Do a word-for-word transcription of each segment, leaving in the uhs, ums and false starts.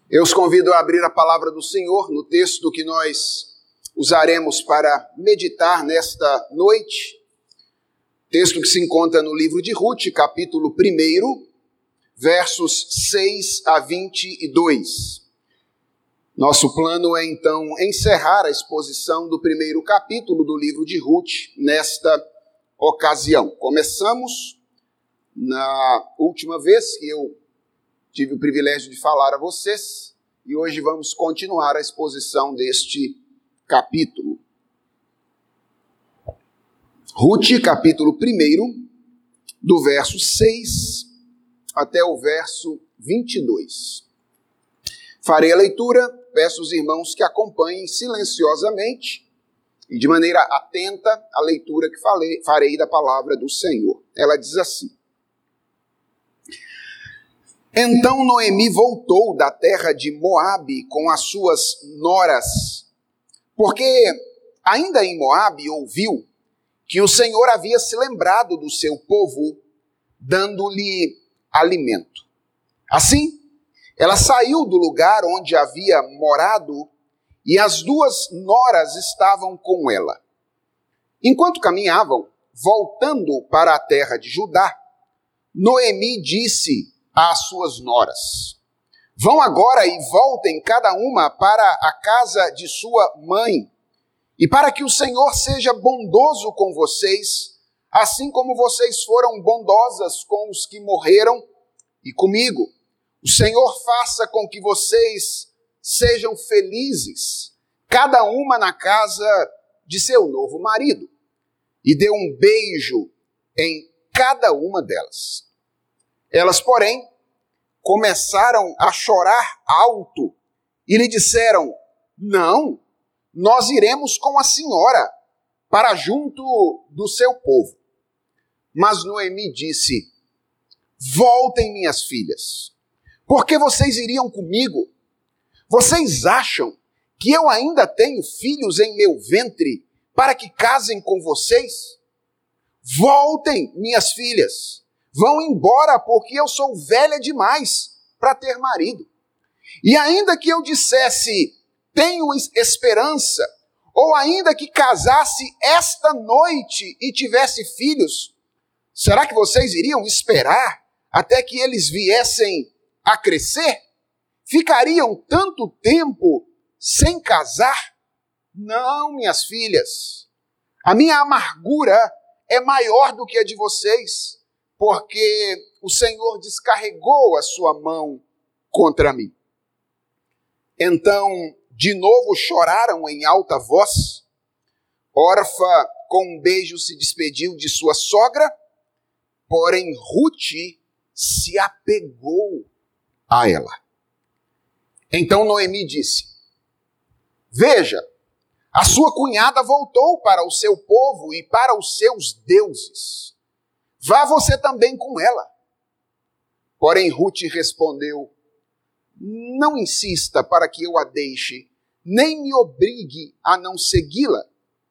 Eu os convido a abrir a palavra do Senhor no texto que nós usaremos para meditar nesta noite. Texto que se encontra no livro de Rute, capítulo um, versos seis a vinte e dois. Nosso plano é então encerrar a exposição do primeiro capítulo do livro de Rute nesta ocasião. Começamos na última vez que eu tive o privilégio de falar a vocês e hoje vamos continuar a exposição deste capítulo. Rute, capítulo um, do verso seis até o verso vinte e dois. Farei a leitura, peço aos irmãos que acompanhem silenciosamente e de maneira atenta a leitura que falei, farei da palavra do Senhor. Ela diz assim: Então Noemi voltou da terra de Moabe com as suas noras, porque ainda em Moabe ouviu que o Senhor havia se lembrado do seu povo, dando-lhe alimento. Assim, ela saiu do lugar onde havia morado e as duas noras estavam com ela. Enquanto caminhavam, voltando para a terra de Judá, Noemi disse às suas noras: Vão agora e voltem cada uma para a casa de sua mãe, e para que o Senhor seja bondoso com vocês, assim como vocês foram bondosas com os que morreram e comigo. O Senhor faça com que vocês sejam felizes, cada uma na casa de seu novo marido, e dê um beijo em cada uma delas. Elas, porém, começaram a chorar alto e lhe disseram: Não, nós iremos com a senhora para junto do seu povo. Mas Noemi disse: Voltem, minhas filhas, porque vocês iriam comigo? Vocês acham que eu ainda tenho filhos em meu ventre para que casem com vocês? Voltem, minhas filhas, vão embora, porque eu sou velha demais para ter marido. E ainda que eu dissesse, tenho esperança, ou ainda que casasse esta noite e tivesse filhos, será que vocês iriam esperar até que eles viessem a crescer? Ficariam tanto tempo sem casar? Não, minhas filhas, a minha amargura é maior do que a de vocês, porque o Senhor descarregou a sua mão contra mim. Então, de novo choraram em alta voz. Orfa, com um beijo, se despediu de sua sogra, porém Rute se apegou a ela. Então Noemi disse: Veja, a sua cunhada voltou para o seu povo e para os seus deuses. Vá você também com ela. Porém Rute respondeu: Não insista para que eu a deixe, nem me obrigue a não segui-la,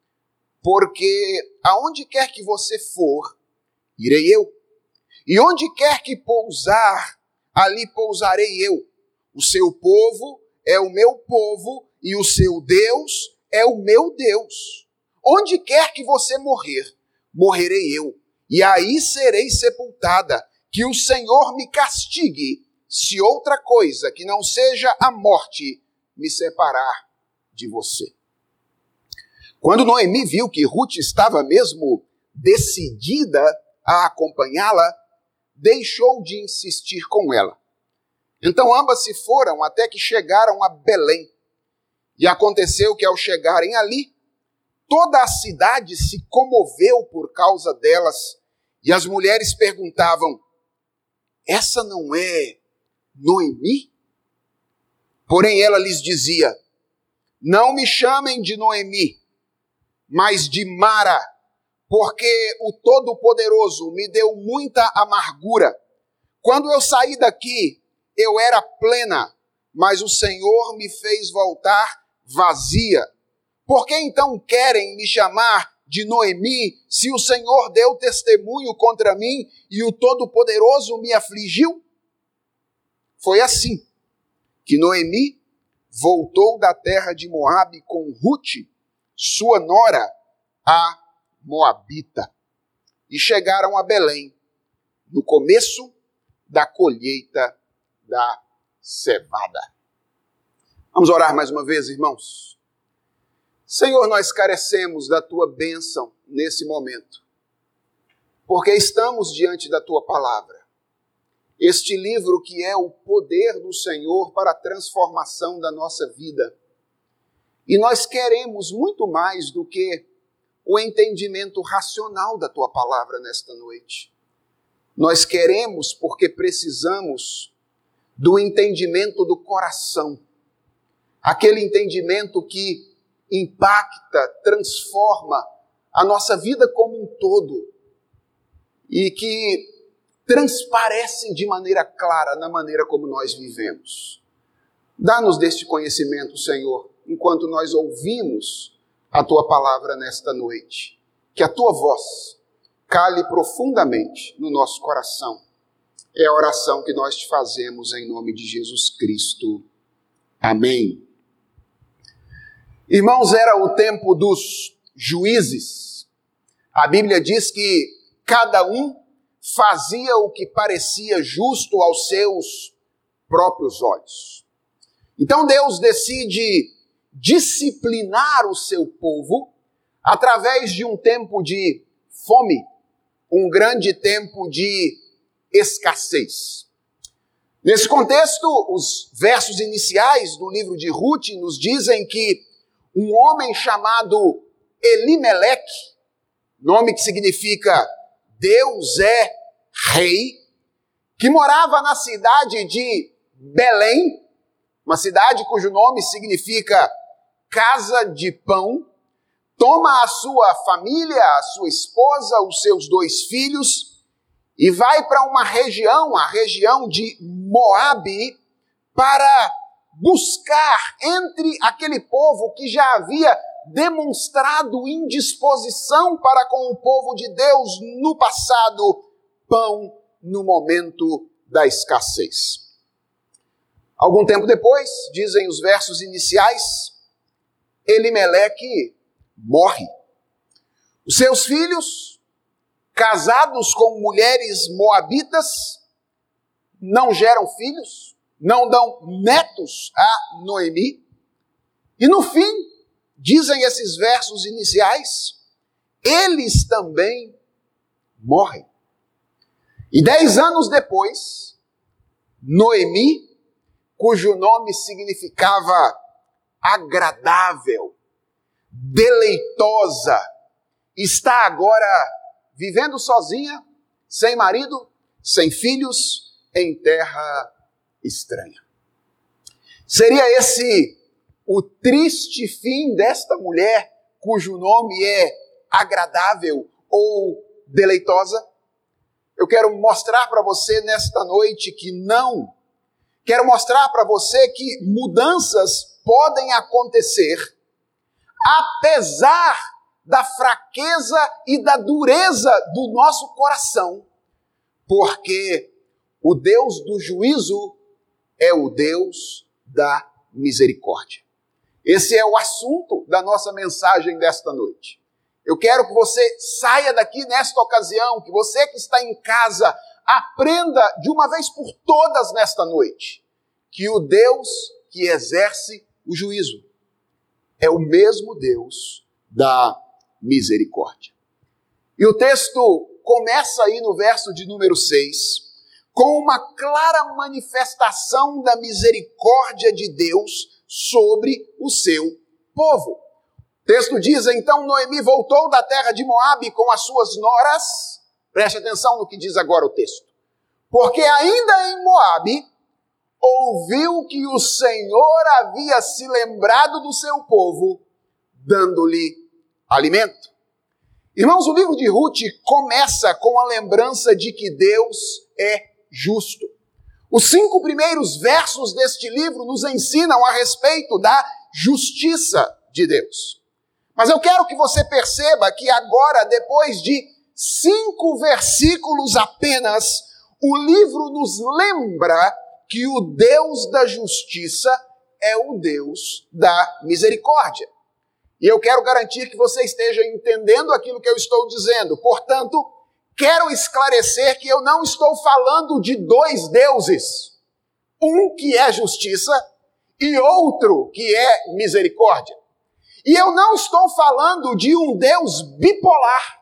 porque aonde quer que você for, irei eu. E onde quer que pousar, ali pousarei eu. O seu povo é o meu povo e o seu Deus é o meu Deus. Onde quer que você morrer, morrerei eu. E aí serei sepultada. Que o Senhor me castigue, se outra coisa que não seja a morte me separar de você. Quando Noemi viu que Rute estava mesmo decidida a acompanhá-la, deixou de insistir com ela. Então ambas se foram até que chegaram a Belém. E aconteceu que ao chegarem ali, toda a cidade se comoveu por causa delas, e as mulheres perguntavam: Essa não é Noemi? Porém ela lhes dizia: Não me chamem de Noemi, mas de Mara, porque o Todo-Poderoso me deu muita amargura. Quando eu saí daqui, eu era plena, mas o Senhor me fez voltar vazia. Por que então querem me chamar de Noemi, se o Senhor deu testemunho contra mim e o Todo-Poderoso me afligiu? Foi assim que Noemi voltou da terra de Moabe com Rute, sua nora, a Moabita, e chegaram a Belém, no começo da colheita da cevada. Vamos orar mais uma vez, irmãos. Senhor, nós carecemos da tua bênção nesse momento, porque estamos diante da tua palavra. Este livro que é o poder do Senhor para a transformação da nossa vida. E nós queremos muito mais do que o entendimento racional da tua palavra nesta noite. Nós queremos porque precisamos do entendimento do coração. Aquele entendimento que impacta, transforma a nossa vida como um todo e que transparece de maneira clara na maneira como nós vivemos. Dá-nos deste conhecimento, Senhor, enquanto nós ouvimos a tua palavra nesta noite. Que a tua voz cale profundamente no nosso coração. É a oração que nós te fazemos em nome de Jesus Cristo. Amém. Irmãos, era o tempo dos juízes. A Bíblia diz que cada um fazia o que parecia justo aos seus próprios olhos. Então Deus decide disciplinar o seu povo através de um tempo de fome, um grande tempo de escassez. Nesse contexto, os versos iniciais do livro de Rute nos dizem que um homem chamado Elimeleque, nome que significa Deus é rei, que morava na cidade de Belém, uma cidade cujo nome significa casa de pão, toma a sua família, a sua esposa, os seus dois filhos e vai para uma região, a região de Moabe, para buscar entre aquele povo que já havia demonstrado indisposição para com o povo de Deus no passado, pão no momento da escassez. Algum tempo depois, dizem os versos iniciais, Elimeleque morre. Os seus filhos, casados com mulheres moabitas, não geram filhos, não dão netos a Noemi. E no fim, dizem esses versos iniciais, eles também morrem. E dez anos depois, Noemi, cujo nome significava agradável, deleitosa, está agora vivendo sozinha, sem marido, sem filhos, em terra estranha. Seria esse o triste fim desta mulher, cujo nome é agradável ou deleitosa? Eu quero mostrar para você nesta noite que não. Quero mostrar para você que mudanças podem acontecer, apesar da fraqueza e da dureza do nosso coração, porque o Deus do juízo é o Deus da misericórdia. Esse é o assunto da nossa mensagem desta noite. Eu quero que você saia daqui nesta ocasião, que você que está em casa, aprenda de uma vez por todas nesta noite, que o Deus que exerce o juízo é o mesmo Deus da misericórdia. E o texto começa aí no verso de número seis, com uma clara manifestação da misericórdia de Deus sobre o seu povo. O texto diz, então Noemi voltou da terra de Moabe com as suas noras. Preste atenção no que diz agora o texto. Porque ainda em Moabe, ouviu que o Senhor havia se lembrado do seu povo, dando-lhe alimento. Irmãos, o livro de Rute começa com a lembrança de que Deus é justo. Os cinco primeiros versos deste livro nos ensinam a respeito da justiça de Deus. Mas eu quero que você perceba que agora, depois de cinco versículos apenas, o livro nos lembra que o Deus da justiça é o Deus da misericórdia. E eu quero garantir que você esteja entendendo aquilo que eu estou dizendo. Portanto, quero esclarecer que eu não estou falando de dois deuses. Um que é justiça e outro que é misericórdia. E eu não estou falando de um Deus bipolar,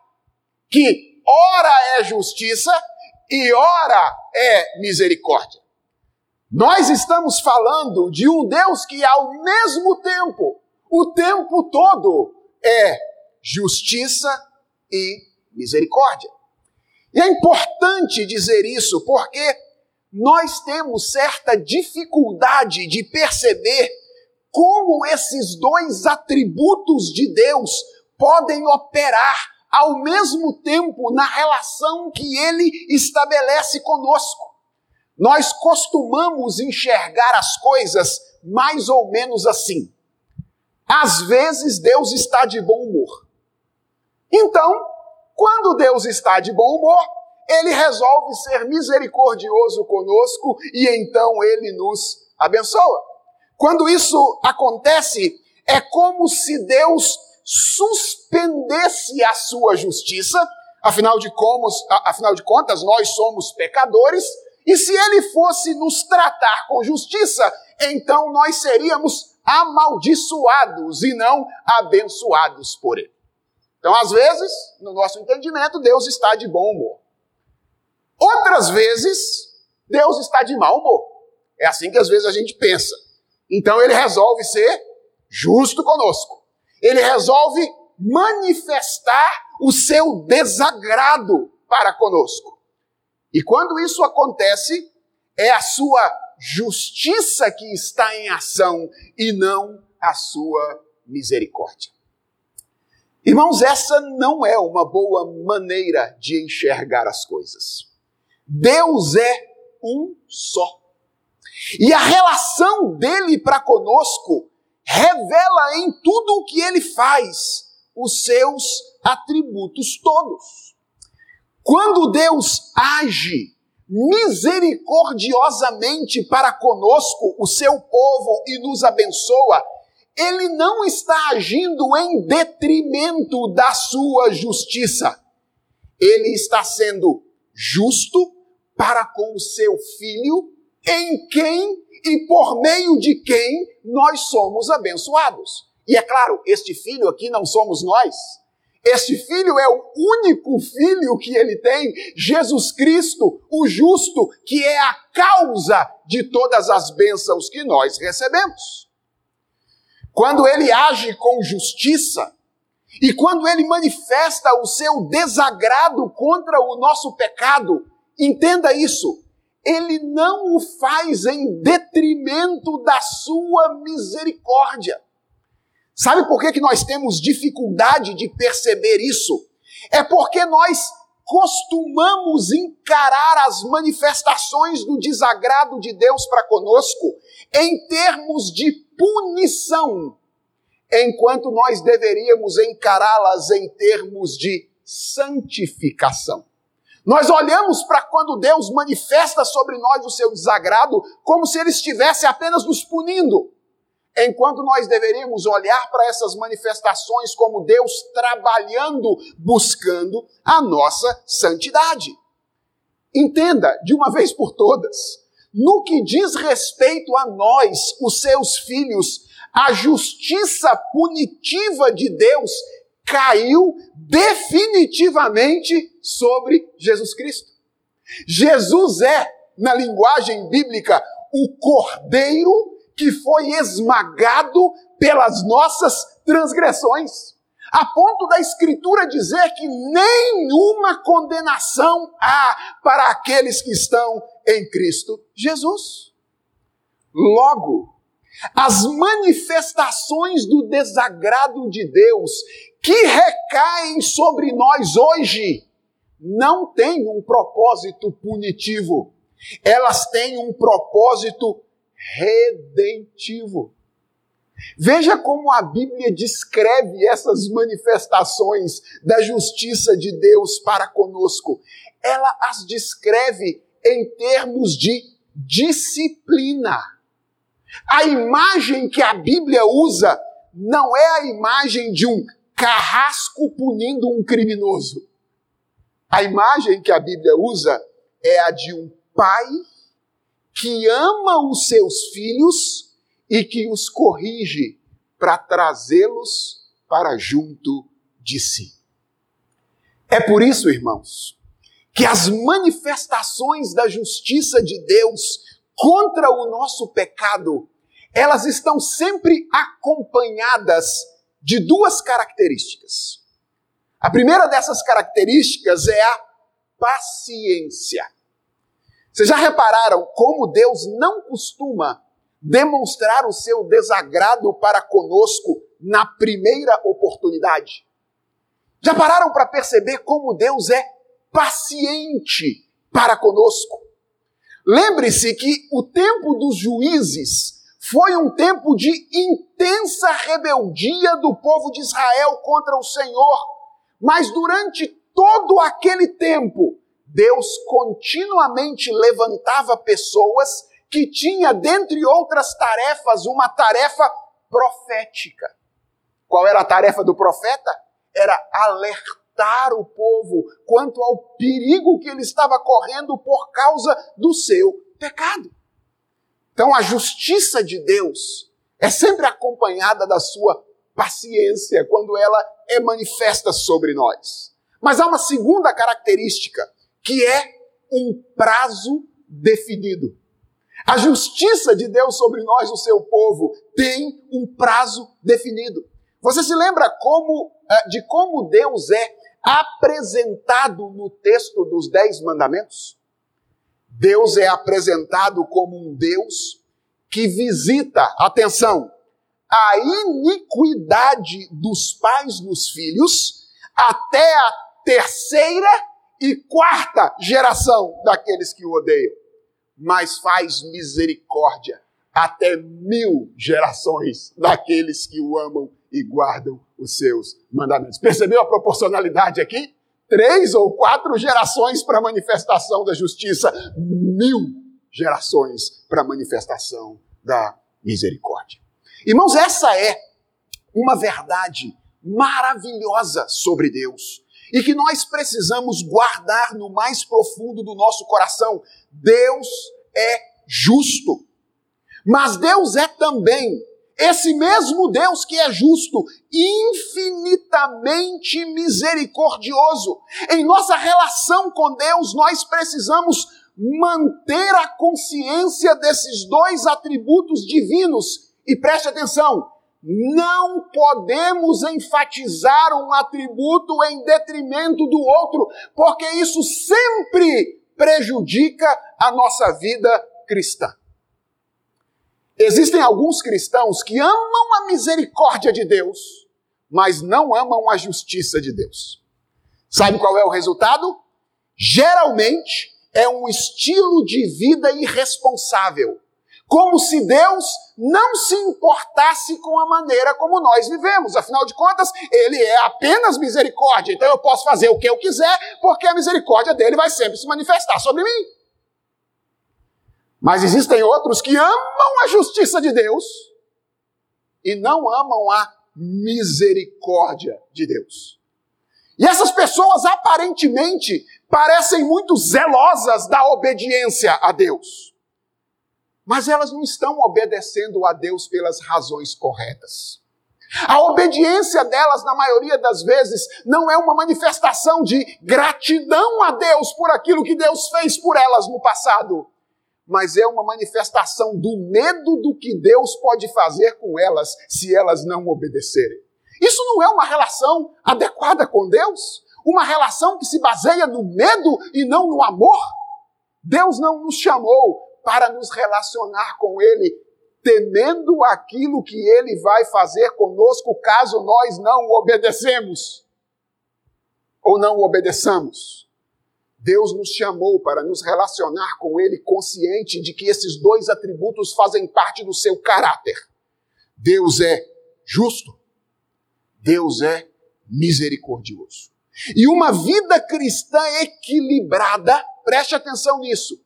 que ora é justiça e ora é misericórdia. Nós estamos falando de um Deus que ao mesmo tempo, o tempo todo, é justiça e misericórdia. E é importante dizer isso porque nós temos certa dificuldade de perceber como esses dois atributos de Deus podem operar ao mesmo tempo na relação que Ele estabelece conosco. Nós costumamos enxergar as coisas mais ou menos assim. Às vezes Deus está de bom humor. Então, quando Deus está de bom humor, Ele resolve ser misericordioso conosco e então Ele nos abençoa. Quando isso acontece, é como se Deus suspendesse a sua justiça, afinal de, como, afinal de contas, nós somos pecadores, e se Ele fosse nos tratar com justiça, então nós seríamos amaldiçoados e não abençoados por Ele. Então, às vezes, no nosso entendimento, Deus está de bom humor. Outras vezes, Deus está de mau humor. É assim que às vezes a gente pensa. Então Ele resolve ser justo conosco. Ele resolve manifestar o seu desagrado para conosco. E quando isso acontece, é a sua justiça que está em ação e não a sua misericórdia. Irmãos, essa não é uma boa maneira de enxergar as coisas. Deus é um só. E a relação dele para conosco revela em tudo o que ele faz os seus atributos todos. Quando Deus age misericordiosamente para conosco, o seu povo, e nos abençoa, Ele não está agindo em detrimento da sua justiça. Ele está sendo justo para com o seu Filho, em quem e por meio de quem nós somos abençoados. E é claro, este Filho aqui não somos nós. Este Filho é o único Filho que ele tem, Jesus Cristo, o justo, que é a causa de todas as bênçãos que nós recebemos. Quando ele age com justiça e quando ele manifesta o seu desagrado contra o nosso pecado, entenda isso, ele não o faz em detrimento da sua misericórdia. Sabe por que que nós temos dificuldade de perceber isso? É porque nós costumamos encarar as manifestações do desagrado de Deus para conosco em termos de punição, enquanto nós deveríamos encará-las em termos de santificação. Nós olhamos para quando Deus manifesta sobre nós o seu desagrado como se Ele estivesse apenas nos punindo, enquanto nós deveríamos olhar para essas manifestações como Deus trabalhando, buscando a nossa santidade. Entenda, de uma vez por todas, no que diz respeito a nós, os seus filhos, a justiça punitiva de Deus caiu definitivamente sobre Jesus Cristo. Jesus é, na linguagem bíblica, o cordeiro que foi esmagado pelas nossas transgressões, a ponto da Escritura dizer que nenhuma condenação há para aqueles que estão em Cristo Jesus. Logo, as manifestações do desagrado de Deus que recaem sobre nós hoje não têm um propósito punitivo, elas têm um propósito redentivo. Veja como a Bíblia descreve essas manifestações da justiça de Deus para conosco. Ela as descreve em termos de disciplina. A imagem que a Bíblia usa não é a imagem de um carrasco punindo um criminoso. A imagem que a Bíblia usa é a de um pai que ama os seus filhos e que os corrige para trazê-los para junto de si. É por isso, irmãos, que as manifestações da justiça de Deus contra o nosso pecado, elas estão sempre acompanhadas de duas características. A primeira dessas características é a paciência. Vocês já repararam como Deus não costuma demonstrar o seu desagrado para conosco na primeira oportunidade? Já pararam para perceber como Deus é paciente para conosco? Lembre-se que o tempo dos juízes foi um tempo de intensa rebeldia do povo de Israel contra o Senhor, mas durante todo aquele tempo, Deus continuamente levantava pessoas que tinha, dentre outras tarefas, uma tarefa profética. Qual era a tarefa do profeta? Era alertar o povo quanto ao perigo que ele estava correndo por causa do seu pecado. Então a justiça de Deus é sempre acompanhada da sua paciência quando ela é manifesta sobre nós. Mas há uma segunda característica, que é um prazo definido. A justiça de Deus sobre nós, o seu povo, tem um prazo definido. Você se lembra como, de como Deus é apresentado no texto dos Dez Mandamentos? Deus é apresentado como um Deus que visita, atenção, a iniquidade dos pais nos filhos até a terceira e quarta geração daqueles que o odeiam, mas faz misericórdia até mil gerações daqueles que o amam e guardam os seus mandamentos. Percebeu a proporcionalidade aqui? Três ou quatro gerações para a manifestação da justiça, mil gerações para a manifestação da misericórdia. Irmãos, essa é uma verdade maravilhosa sobre Deus e que nós precisamos guardar no mais profundo do nosso coração. Deus é justo, mas Deus é também esse mesmo Deus que é justo, infinitamente misericordioso. Em nossa relação com Deus, nós precisamos manter a consciência desses dois atributos divinos. E preste atenção, não podemos enfatizar um atributo em detrimento do outro, porque isso sempre prejudica a nossa vida cristã. Existem alguns cristãos que amam a misericórdia de Deus, mas não amam a justiça de Deus. Sabe qual é o resultado? Geralmente é um estilo de vida irresponsável, como se Deus não se importasse com a maneira como nós vivemos. Afinal de contas, Ele é apenas misericórdia, então eu posso fazer o que eu quiser, porque a misericórdia dele vai sempre se manifestar sobre mim. Mas existem outros que amam a justiça de Deus e não amam a misericórdia de Deus. E essas pessoas aparentemente parecem muito zelosas da obediência a Deus. Mas elas não estão obedecendo a Deus pelas razões corretas. A obediência delas, na maioria das vezes, não é uma manifestação de gratidão a Deus por aquilo que Deus fez por elas no passado, mas é uma manifestação do medo do que Deus pode fazer com elas se elas não obedecerem. Isso não é uma relação adequada com Deus? Uma relação que se baseia no medo e não no amor? Deus não nos chamou para nos relacionar com Ele temendo aquilo que Ele vai fazer conosco caso nós não o obedecemos ou não o obedeçamos. Deus nos chamou para nos relacionar com Ele consciente de que esses dois atributos fazem parte do seu caráter. Deus é justo, Deus é misericordioso. E uma vida cristã equilibrada, preste atenção nisso,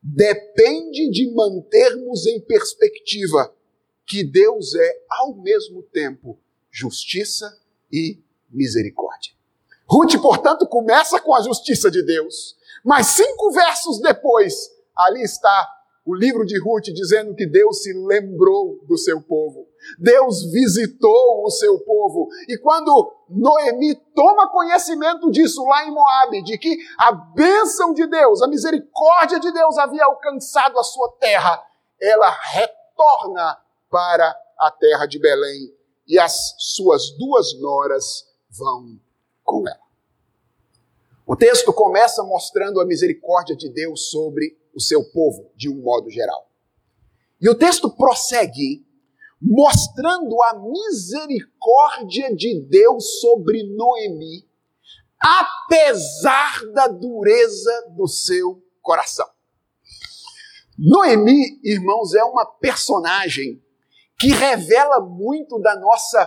depende de mantermos em perspectiva que Deus é, ao mesmo tempo, justiça e misericórdia. Ruth, portanto, começa com a justiça de Deus, mas cinco versos depois, ali está o livro de Ruth dizendo que Deus se lembrou do seu povo. Deus visitou o seu povo. E quando Noemi toma conhecimento disso lá em Moabe, de que a bênção de Deus, a misericórdia de Deus havia alcançado a sua terra, ela retorna para a terra de Belém e as suas duas noras vão com ela. O texto começa mostrando a misericórdia de Deus sobre o seu povo, de um modo geral. E o texto prossegue mostrando a misericórdia de Deus sobre Noemi, apesar da dureza do seu coração. Noemi, irmãos, é uma personagem que revela muito da nossa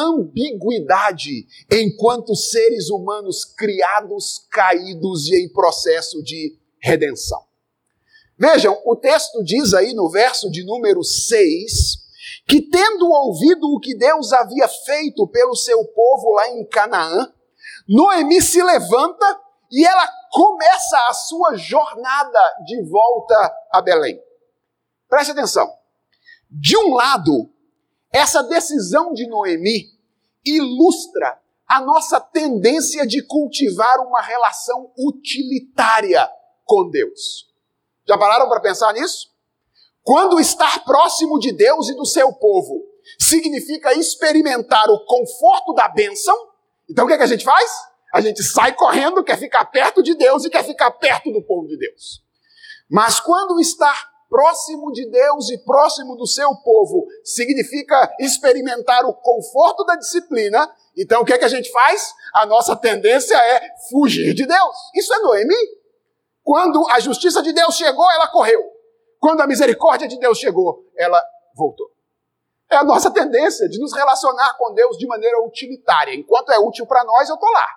ambiguidade enquanto seres humanos criados, caídos e em processo de redenção. Vejam, o texto diz aí no verso de número seis, que tendo ouvido o que Deus havia feito pelo seu povo lá em Canaã, Noemi se levanta e ela começa a sua jornada de volta a Belém. Preste atenção. De um lado, essa decisão de Noemi ilustra a nossa tendência de cultivar uma relação utilitária com Deus. Já pararam para pensar nisso? Quando estar próximo de Deus e do seu povo significa experimentar o conforto da bênção, então o que, é que a gente faz? A gente sai correndo, quer ficar perto de Deus e quer ficar perto do povo de Deus. Mas quando estar próximo de Deus e próximo do seu povo significa experimentar o conforto da disciplina, então o que, é que a gente faz? A nossa tendência é fugir de Deus. Isso é Noemi. Quando a justiça de Deus chegou, ela correu. Quando a misericórdia de Deus chegou, ela voltou. É a nossa tendência de nos relacionar com Deus de maneira utilitária. Enquanto é útil para nós, eu estou lá.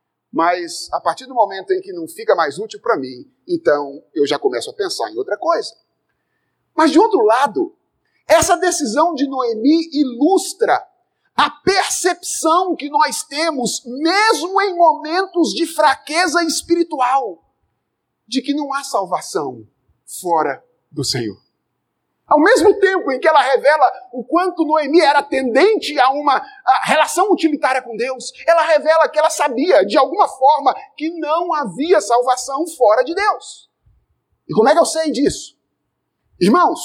Mas a partir do momento em que não fica mais útil para mim, então eu já começo a pensar em outra coisa. Mas de outro lado, essa decisão de Noemi ilustra a percepção que nós temos, mesmo em momentos de fraqueza espiritual, de que não há salvação fora do Senhor. Ao mesmo tempo em que ela revela o quanto Noemi era tendente a uma a relação utilitária com Deus, ela revela que ela sabia, de alguma forma, que não havia salvação fora de Deus. E como é que eu sei disso? Irmãos,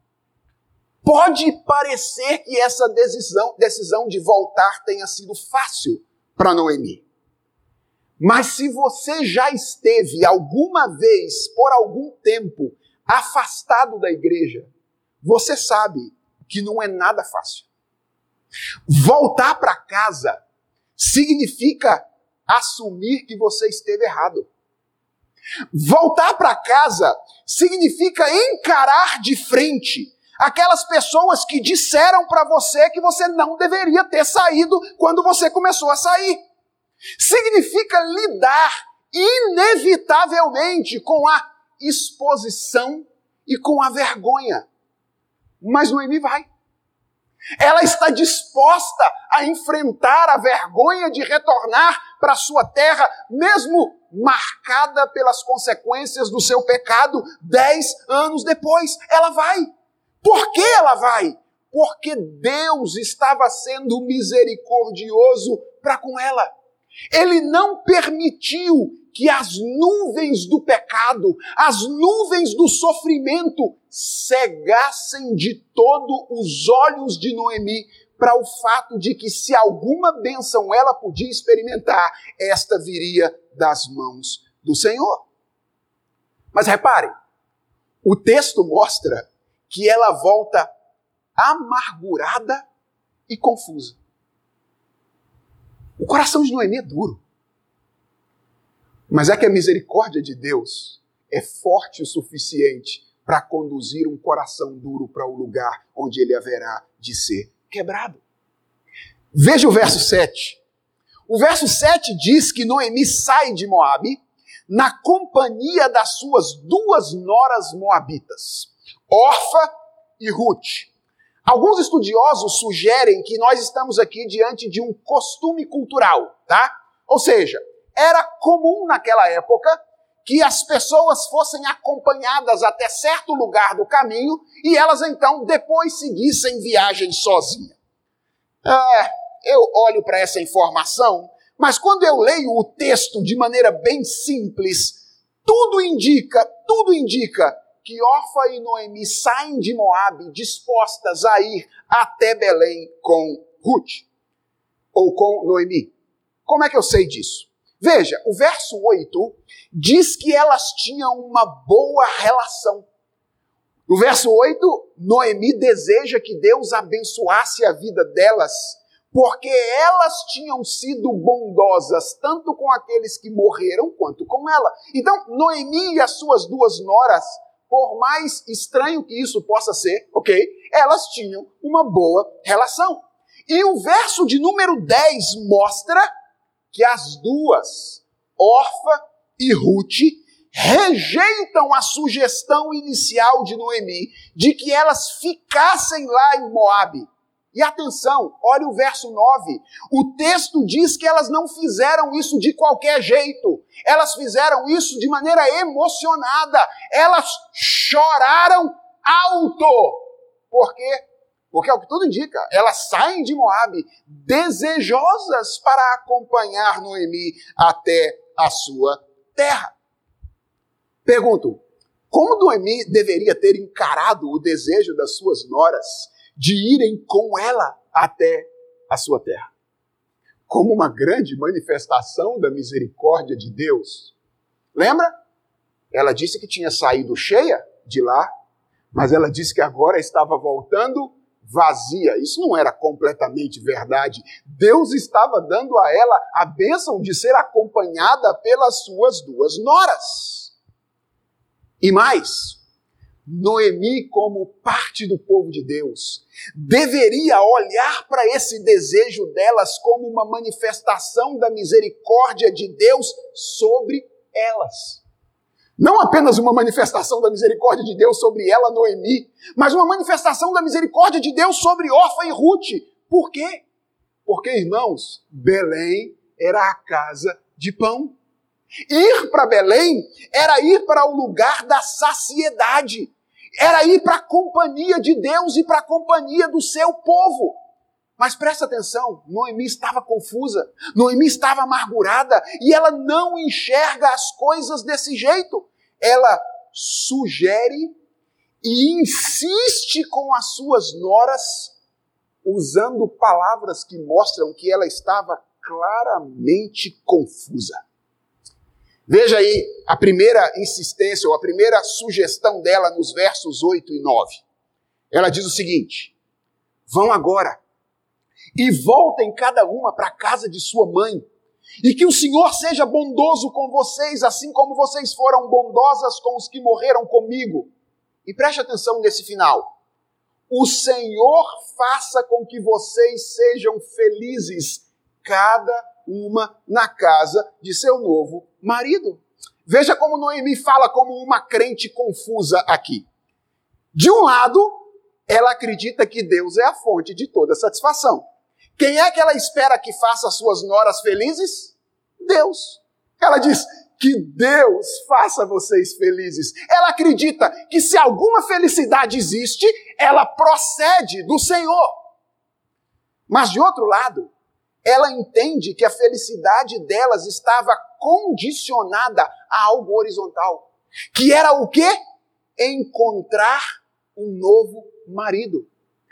pode parecer que essa decisão, decisão de voltar tenha sido fácil para Noemi. Mas se você já esteve alguma vez, por algum tempo, afastado da igreja, você sabe que não é nada fácil. Voltar para casa significa assumir que você esteve errado. Voltar para casa significa encarar de frente aquelas pessoas que disseram para você que você não deveria ter saído quando você começou a sair. Significa lidar inevitavelmente com a exposição e com a vergonha. Mas Noemi vai. Ela está disposta a enfrentar a vergonha de retornar para sua terra, mesmo marcada pelas consequências do seu pecado, dez anos depois. Ela vai. Por que ela vai? Porque Deus estava sendo misericordioso para com ela. Ele não permitiu que as nuvens do pecado, as nuvens do sofrimento, cegassem de todo os olhos de Noemi para o fato de que se alguma bênção ela podia experimentar, esta viria das mãos do Senhor. Mas reparem, o texto mostra que ela volta amargurada e confusa. O coração de Noemi é duro. Mas é que a misericórdia de Deus é forte o suficiente para conduzir um coração duro para o lugar onde ele haverá de ser quebrado. Veja o verso sete. O verso sete diz que Noemi sai de Moabe, na companhia das suas duas noras moabitas, Orfa e Ruth. Alguns estudiosos sugerem que nós estamos aqui diante de um costume cultural, tá? Ou seja, era comum naquela época que as pessoas fossem acompanhadas até certo lugar do caminho e elas então depois seguissem viagem sozinha. Ah, eu olho para essa informação, mas quando eu leio o texto de maneira bem simples, tudo indica, tudo indica que Orfa e Noemi saem de Moabe dispostas a ir até Belém com Ruth, ou com Noemi. Como é que eu sei disso? Veja, o verso oito diz que elas tinham uma boa relação. No verso oito, Noemi deseja que Deus abençoasse a vida delas, porque elas tinham sido bondosas tanto com aqueles que morreram quanto com ela. Então, Noemi e as suas duas noras, por mais estranho que isso possa ser, ok? Elas tinham uma boa relação. E o verso de número dez mostra que as duas, Orfa e Ruth, rejeitam a sugestão inicial de Noemi de que elas ficassem lá em Moabe. E atenção, olha o verso nove. O texto diz que elas não fizeram isso de qualquer jeito. Elas fizeram isso de maneira emocionada. Elas choraram alto. Por quê? Porque é o que tudo indica. Elas saem de Moabe desejosas para acompanhar Noemi até a sua terra. Pergunto, como Noemi deveria ter encarado o desejo das suas noras de irem com ela até a sua terra? Como uma grande manifestação da misericórdia de Deus. Lembra? Ela disse que tinha saído cheia de lá, mas ela disse que agora estava voltando vazia. Isso não era completamente verdade. Deus estava dando a ela a bênção de ser acompanhada pelas suas duas noras. E mais, Noemi, como parte do povo de Deus, deveria olhar para esse desejo delas como uma manifestação da misericórdia de Deus sobre elas. Não apenas uma manifestação da misericórdia de Deus sobre ela, Noemi, mas uma manifestação da misericórdia de Deus sobre Orfa e Ruth. Por quê? Porque, irmãos, Belém era a casa de pão. Ir para Belém era ir para o lugar da saciedade. Era ir para a companhia de Deus e para a companhia do seu povo. Mas presta atenção, Noemi estava confusa, Noemi estava amargurada e ela não enxerga as coisas desse jeito. Ela sugere e insiste com as suas noras, usando palavras que mostram que ela estava claramente confusa. Veja aí a primeira insistência, ou a primeira sugestão dela nos versos oito e nove. Ela diz o seguinte: vão agora e voltem cada uma para a casa de sua mãe, e que o Senhor seja bondoso com vocês, assim como vocês foram bondosas com os que morreram comigo. E preste atenção nesse final. O Senhor faça com que vocês sejam felizes, cada uma na casa de seu novo marido. Veja como Noemi fala como uma crente confusa aqui. De um lado, ela acredita que Deus é a fonte de toda satisfação. Quem é que ela espera que faça as suas noras felizes? Deus. Ela diz que Deus faça vocês felizes. Ela acredita que se alguma felicidade existe, ela procede do Senhor. Mas de outro lado, ela entende que a felicidade delas estava condicionada a algo horizontal. Que era o quê? Encontrar um novo marido.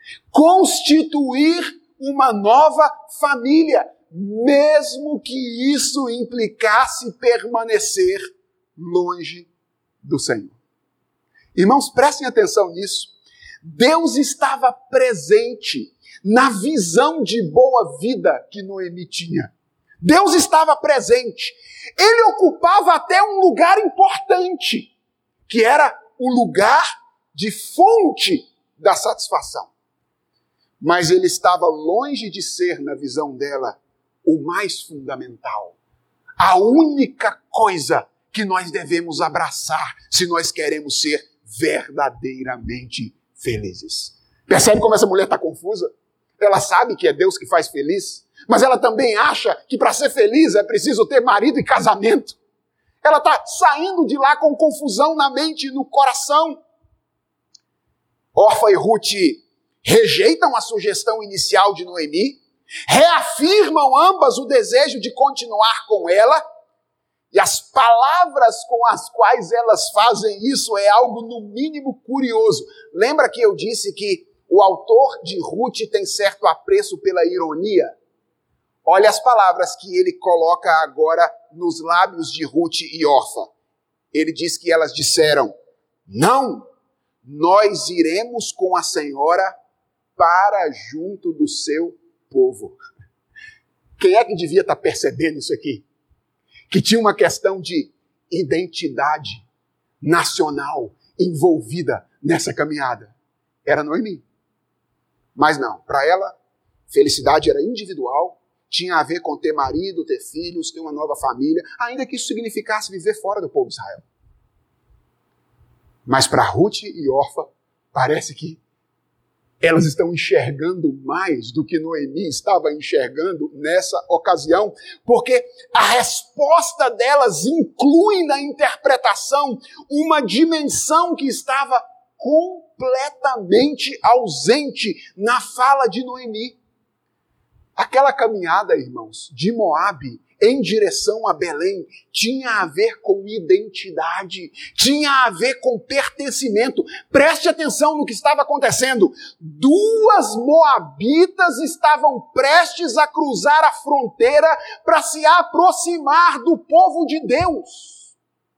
Constituir uma nova família, mesmo que isso implicasse permanecer longe do Senhor. Irmãos, prestem atenção nisso. Deus estava presente na visão de boa vida que Noemi tinha. Deus estava presente. Ele ocupava até um lugar importante, que era o lugar de fonte da satisfação. Mas ele estava longe de ser, na visão dela, o mais fundamental. A única coisa que nós devemos abraçar se nós queremos ser verdadeiramente felizes. Percebe como essa mulher está confusa? Ela sabe que é Deus que faz feliz, mas ela também acha que para ser feliz é preciso ter marido e casamento. Ela está saindo de lá com confusão na mente e no coração. Orfa e Ruth rejeitam a sugestão inicial de Noemi, reafirmam ambas o desejo de continuar com ela, e as palavras com as quais elas fazem isso é algo no mínimo curioso. Lembra que eu disse que o autor de Ruth tem certo apreço pela ironia? Olha as palavras que ele coloca agora nos lábios de Ruth e Orfa. Ele diz que elas disseram: não, nós iremos com a senhora para junto do seu povo. Quem é que devia estar percebendo isso aqui? Que tinha uma questão de identidade nacional envolvida nessa caminhada. Era Noemi. Mas não, para ela, felicidade era individual, tinha a ver com ter marido, ter filhos, ter uma nova família, ainda que isso significasse viver fora do povo de Israel. Mas para Ruth e Orfa, parece que elas estão enxergando mais do que Noemi estava enxergando nessa ocasião, porque a resposta delas inclui na interpretação uma dimensão que estava completamente ausente na fala de Noemi. Aquela caminhada, irmãos, de Moabe em direção a Belém tinha a ver com identidade, tinha a ver com pertencimento. Preste atenção no que estava acontecendo. Duas moabitas estavam prestes a cruzar a fronteira para se aproximar do povo de Deus.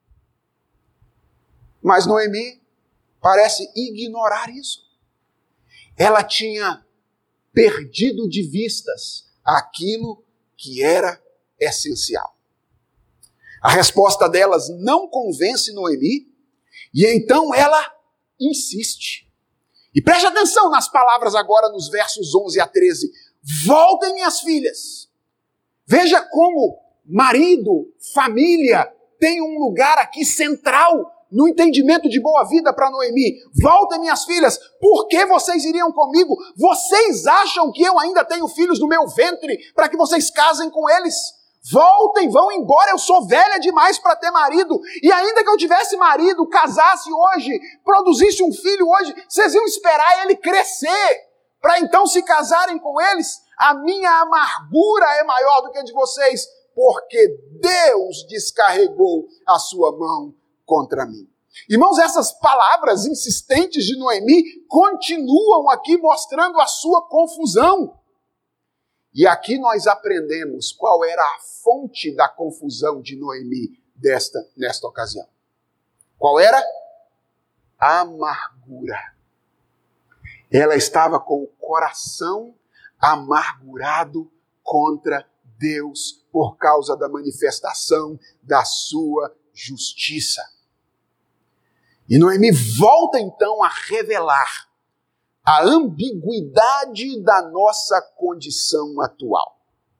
Mas Noemi parece ignorar isso. Ela tinha perdido de vistas aquilo que era essencial. A resposta delas não convence Noemi, e então ela insiste. E preste atenção nas palavras agora nos versos onze a treze. Voltem, minhas filhas. Veja como marido, família, tem um lugar aqui central no entendimento de boa vida para Noemi. Voltem, minhas filhas, por que vocês iriam comigo? Vocês acham que eu ainda tenho filhos no meu ventre para que vocês casem com eles? Voltem, vão embora, eu sou velha demais para ter marido. E ainda que eu tivesse marido, casasse hoje, produzisse um filho hoje, vocês iam esperar ele crescer para então se casarem com eles? A minha amargura é maior do que a de vocês, porque Deus descarregou a sua mão contra mim. Irmãos, essas palavras insistentes de Noemi continuam aqui mostrando a sua confusão. E aqui nós aprendemos qual era a fonte da confusão de Noemi desta, nesta ocasião. Qual era? A amargura. Ela estava com o coração amargurado contra Deus por causa da manifestação da sua justiça. E Noemi volta então a revelar a ambiguidade da nossa condição atual.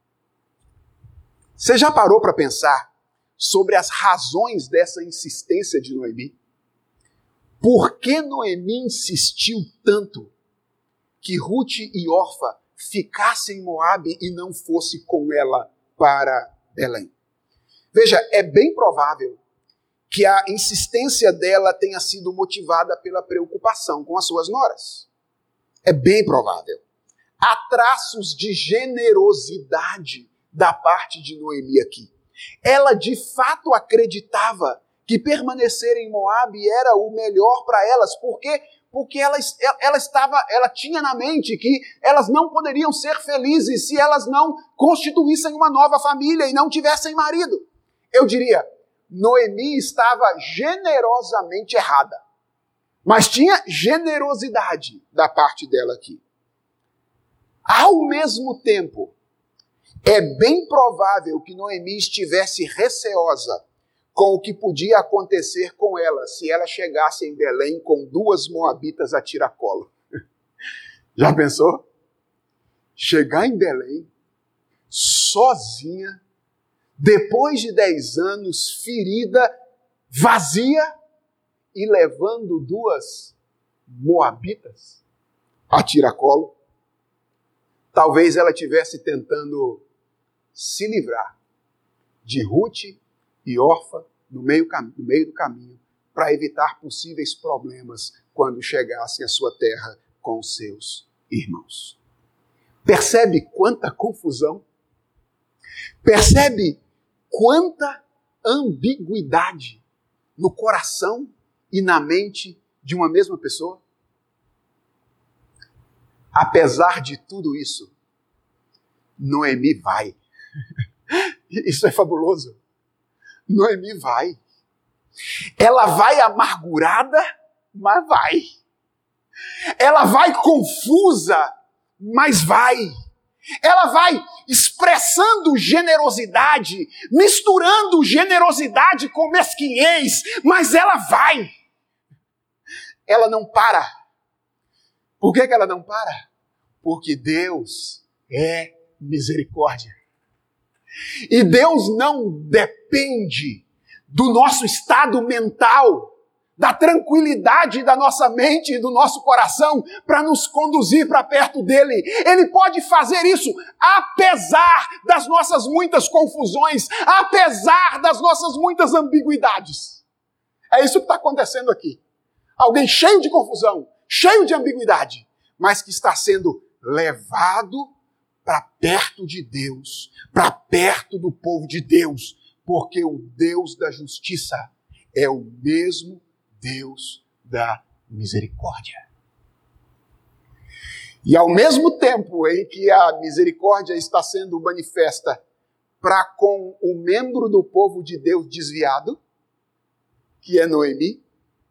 Você já parou para pensar sobre as razões dessa insistência de Noemi? Por que Noemi insistiu tanto que Ruth e Orfa ficassem em Moabe e não fosse com ela para Belém? Veja, é bem provável que a insistência dela tenha sido motivada pela preocupação com as suas noras. É bem provável. Há traços de generosidade da parte de Noemi aqui. Ela de fato acreditava que permanecer em Moabe era o melhor para elas, porque porque ela, ela estava, ela tinha na mente que elas não poderiam ser felizes se elas não constituíssem uma nova família e não tivessem marido. Eu diria, Noemi estava generosamente errada. Mas tinha generosidade da parte dela aqui. Ao mesmo tempo, é bem provável que Noemi estivesse receosa com o que podia acontecer com ela se ela chegasse em Belém com duas moabitas a tiracolo. Já pensou? Chegar em Belém, sozinha, depois de dez anos, ferida vazia e levando duas moabitas a tiracolo. Talvez ela estivesse tentando se livrar de Ruth e Orfa no meio, no meio do caminho para evitar possíveis problemas quando chegasse à sua terra com os seus irmãos. Percebe quanta confusão? Percebe quanta ambiguidade no coração e na mente de uma mesma pessoa? Apesar de tudo isso, Noemi vai. Isso é fabuloso. Noemi vai. Ela vai amargurada, mas vai. Ela vai confusa, mas vai. Ela vai expressando generosidade, misturando generosidade com mesquinhez, mas ela vai. Ela não para. Por que que ela não para? Porque Deus é misericórdia. E Deus não depende do nosso estado mental, da tranquilidade da nossa mente e do nosso coração para nos conduzir para perto dele. Ele pode fazer isso apesar das nossas muitas confusões, apesar das nossas muitas ambiguidades. É isso que está acontecendo aqui. Alguém cheio de confusão, cheio de ambiguidade, mas que está sendo levado para perto de Deus, para perto do povo de Deus, porque o Deus da justiça é o mesmo Deus da misericórdia. E ao mesmo tempo em que a misericórdia está sendo manifesta para com o membro do povo de Deus desviado, que é Noemi,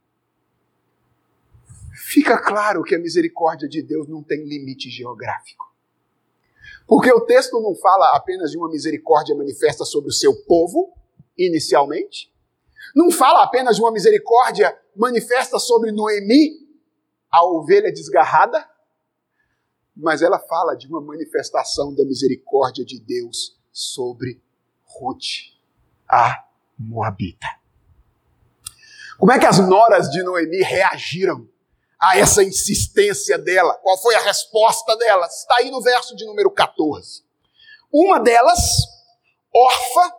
fica claro que a misericórdia de Deus não tem limite geográfico. Porque o texto não fala apenas de uma misericórdia manifesta sobre o seu povo, inicialmente. Não fala apenas de uma misericórdia manifesta sobre Noemi, a ovelha desgarrada. Mas ela fala de uma manifestação da misericórdia de Deus sobre Ruth, a moabita. Como é que as noras de Noemi reagiram a essa insistência dela? Qual foi a resposta delas? Está aí no verso de número catorze. Uma delas, Orfa,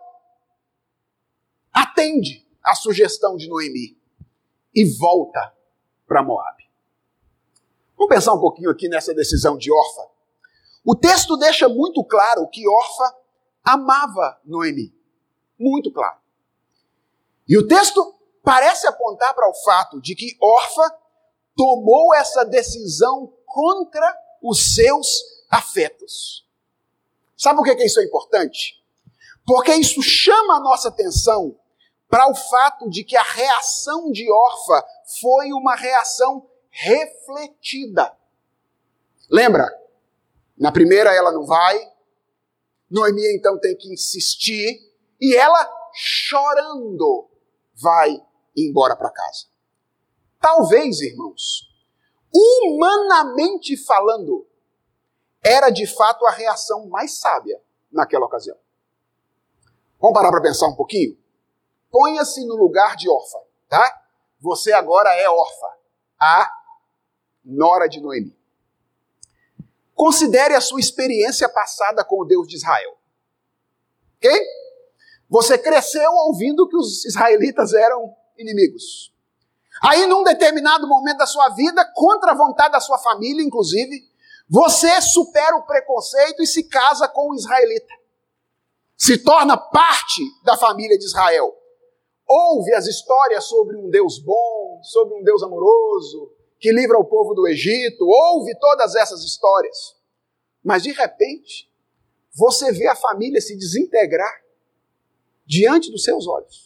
atende a sugestão de Noemi e volta para Moabe. Vamos pensar um pouquinho aqui nessa decisão de Orfa. O texto deixa muito claro que Orfa amava Noemi. Muito claro. E o texto parece apontar para o fato de que Orfa tomou essa decisão contra os seus afetos. Sabe por que isso é importante? Porque isso chama a nossa atenção para o fato de que a reação de Orfa foi uma reação refletida. Lembra? Na primeira ela não vai, Noemi então tem que insistir, e ela, chorando, vai embora para casa. Talvez, irmãos, humanamente falando, era de fato a reação mais sábia naquela ocasião. Vamos parar para pensar um pouquinho? Ponha-se no lugar de Orfa, tá? Você agora é Orfa, a nora de Noemi. Considere a sua experiência passada com o Deus de Israel. Ok? Você cresceu ouvindo que os israelitas eram inimigos. Aí, num determinado momento da sua vida, contra a vontade da sua família, inclusive, você supera o preconceito e se casa com um israelita. Se torna parte da família de Israel. Ouve as histórias sobre um Deus bom, sobre um Deus amoroso, que livra o povo do Egito. Ouve todas essas histórias. Mas, de repente, você vê a família se desintegrar diante dos seus olhos.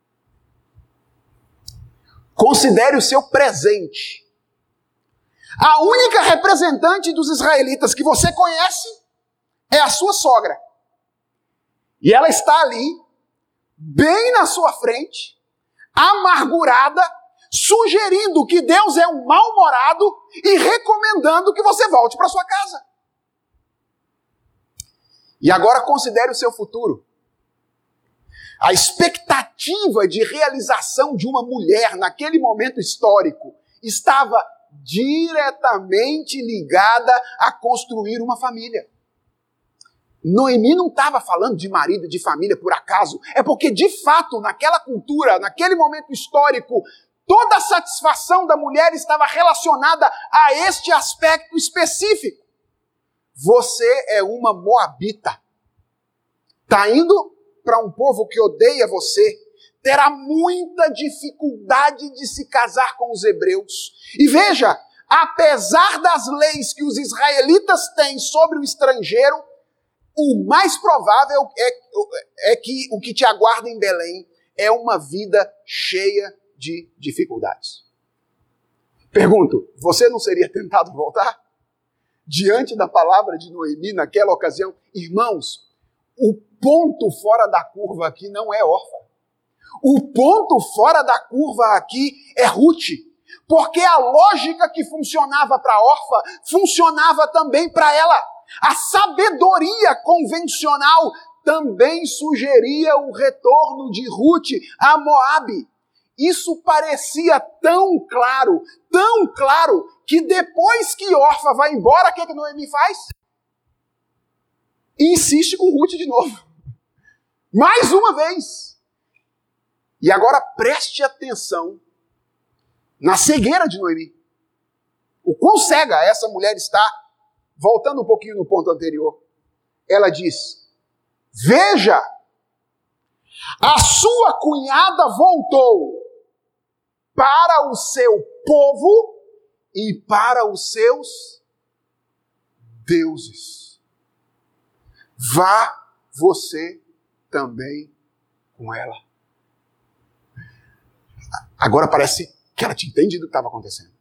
Considere o seu presente. A única representante dos israelitas que você conhece é a sua sogra. E ela está ali, bem na sua frente, amargurada, sugerindo que Deus é um mal-humorado e recomendando que você volte para sua casa. E agora considere o seu futuro. A expectativa de realização de uma mulher naquele momento histórico estava diretamente ligada a construir uma família. Noemi não estava falando de marido e de família por acaso. É porque, de fato, naquela cultura, naquele momento histórico, toda a satisfação da mulher estava relacionada a este aspecto específico. Você é uma moabita. Está indo para um povo que odeia você, terá muita dificuldade de se casar com os hebreus. E veja, apesar das leis que os israelitas têm sobre o estrangeiro, o mais provável é, é que o que te aguarda em Belém é uma vida cheia de dificuldades. Pergunto, você não seria tentado voltar? Diante da palavra de Noemi naquela ocasião, irmãos, o ponto fora da curva aqui não é Orfa. O ponto fora da curva aqui é Ruth. Porque a lógica que funcionava para Orfa funcionava também para ela. A sabedoria convencional também sugeria o retorno de Ruth a Moabe. Isso parecia tão claro, tão claro, que depois que Orfa vai embora, o que, que Noemi faz? Insiste com Ruth de novo. Mais uma vez. E agora preste atenção na cegueira de Noemi. O quão cega essa mulher está. Voltando um pouquinho no ponto anterior. Ela diz, veja, a sua cunhada voltou para o seu povo e para os seus deuses. Vá você também com ela. Agora parece que ela tinha entendido o que estava acontecendo.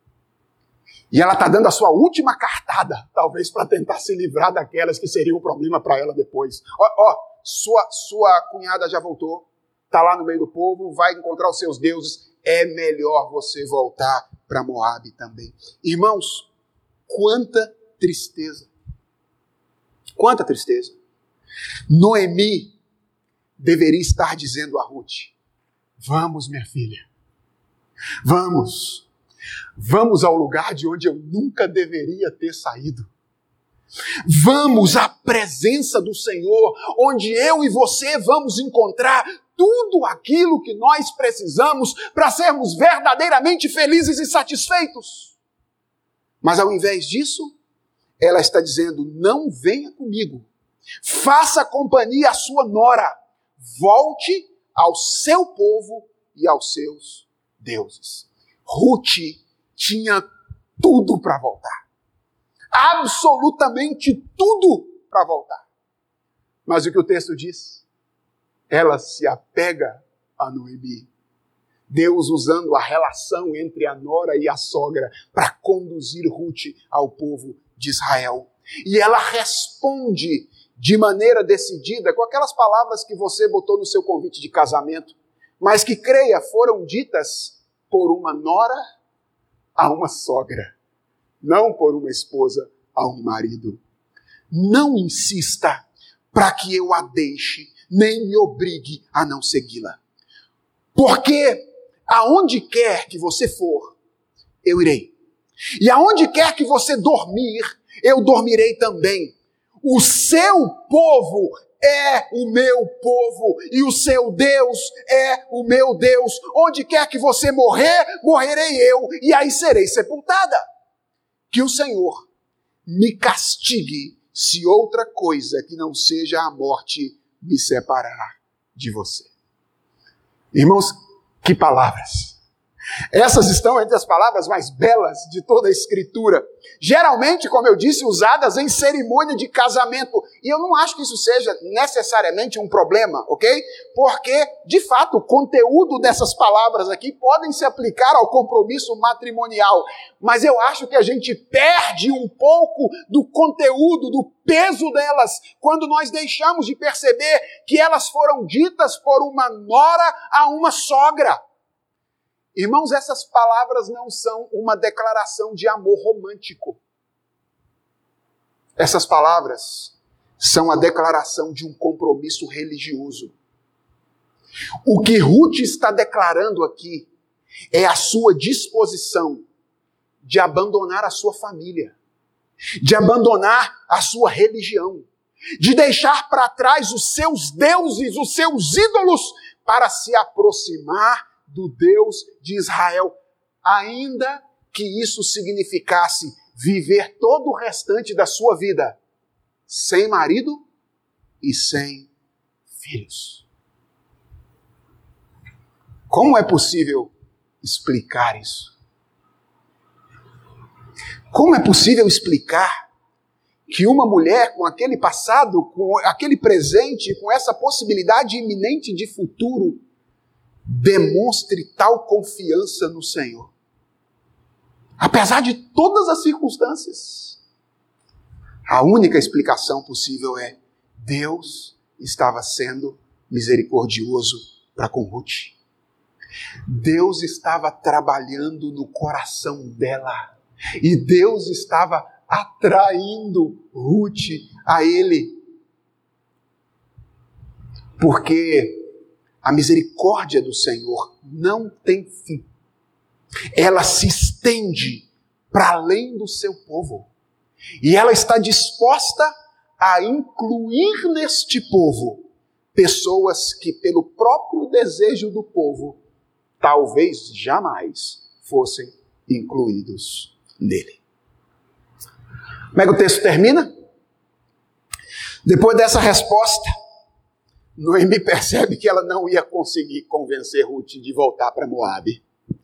E ela está dando a sua última cartada, talvez para tentar se livrar daquelas que seriam um problema para ela depois. Ó, ó, sua, sua cunhada já voltou, está lá no meio do povo, vai encontrar os seus deuses. É melhor você voltar para Moabe também. Irmãos, quanta tristeza. Quanta tristeza. Noemi deveria estar dizendo a Ruth, vamos, minha filha, vamos. Vamos ao lugar de onde eu nunca deveria ter saído. Vamos à presença do Senhor, onde eu e você vamos encontrar tudo aquilo que nós precisamos para sermos verdadeiramente felizes e satisfeitos. Mas ao invés disso, ela está dizendo, não venha comigo. Faça companhia à sua nora. Volte ao seu povo e aos seus deuses. Ruth tinha tudo para voltar. Absolutamente tudo para voltar. Mas o que o texto diz? Ela se apega a Noemi. Deus usando a relação entre a nora e a sogra para conduzir Ruth ao povo de Israel. E ela responde de maneira decidida com aquelas palavras que você botou no seu convite de casamento, mas que, creia, foram ditas por uma nora a uma sogra, não por uma esposa a um marido. Não insista para que eu a deixe, nem me obrigue a não segui-la. Porque aonde quer que você for, eu irei. E aonde quer que você dormir, eu dormirei também. O seu povo é o meu povo e o seu Deus é o meu Deus. Onde quer que você morrer, morrerei eu e aí serei sepultada. Que o Senhor me castigue se outra coisa que não seja a morte me separar de você. Irmãos, que palavras! Essas estão entre as palavras mais belas de toda a Escritura. Geralmente, como eu disse, usadas em cerimônia de casamento. E eu não acho que isso seja necessariamente um problema, ok? Porque, de fato, o conteúdo dessas palavras aqui podem se aplicar ao compromisso matrimonial. Mas eu acho que a gente perde um pouco do conteúdo, do peso delas, quando nós deixamos de perceber que elas foram ditas por uma nora a uma sogra. Irmãos, essas palavras não são uma declaração de amor romântico. Essas palavras são a declaração de um compromisso religioso. O que Ruth está declarando aqui é a sua disposição de abandonar a sua família, de abandonar a sua religião, de deixar para trás os seus deuses, os seus ídolos, para se aproximar do Deus de Israel, ainda que isso significasse viver todo o restante da sua vida sem marido e sem filhos. Como é possível explicar isso? Como é possível explicar que uma mulher com aquele passado, com aquele presente, com essa possibilidade iminente de futuro, demonstre tal confiança no Senhor? Apesar de todas as circunstâncias, a única explicação possível é: Deus estava sendo misericordioso para com Ruth. Deus estava trabalhando no coração dela. E Deus estava atraindo Ruth a Ele. Porque a misericórdia do Senhor não tem fim. Ela se estende para além do seu povo. E ela está disposta a incluir neste povo pessoas que, pelo próprio desejo do povo, talvez jamais fossem incluídos nele. Como é que o texto termina? Depois dessa resposta, Noemi percebe que ela não ia conseguir convencer Ruth de voltar para Moabe.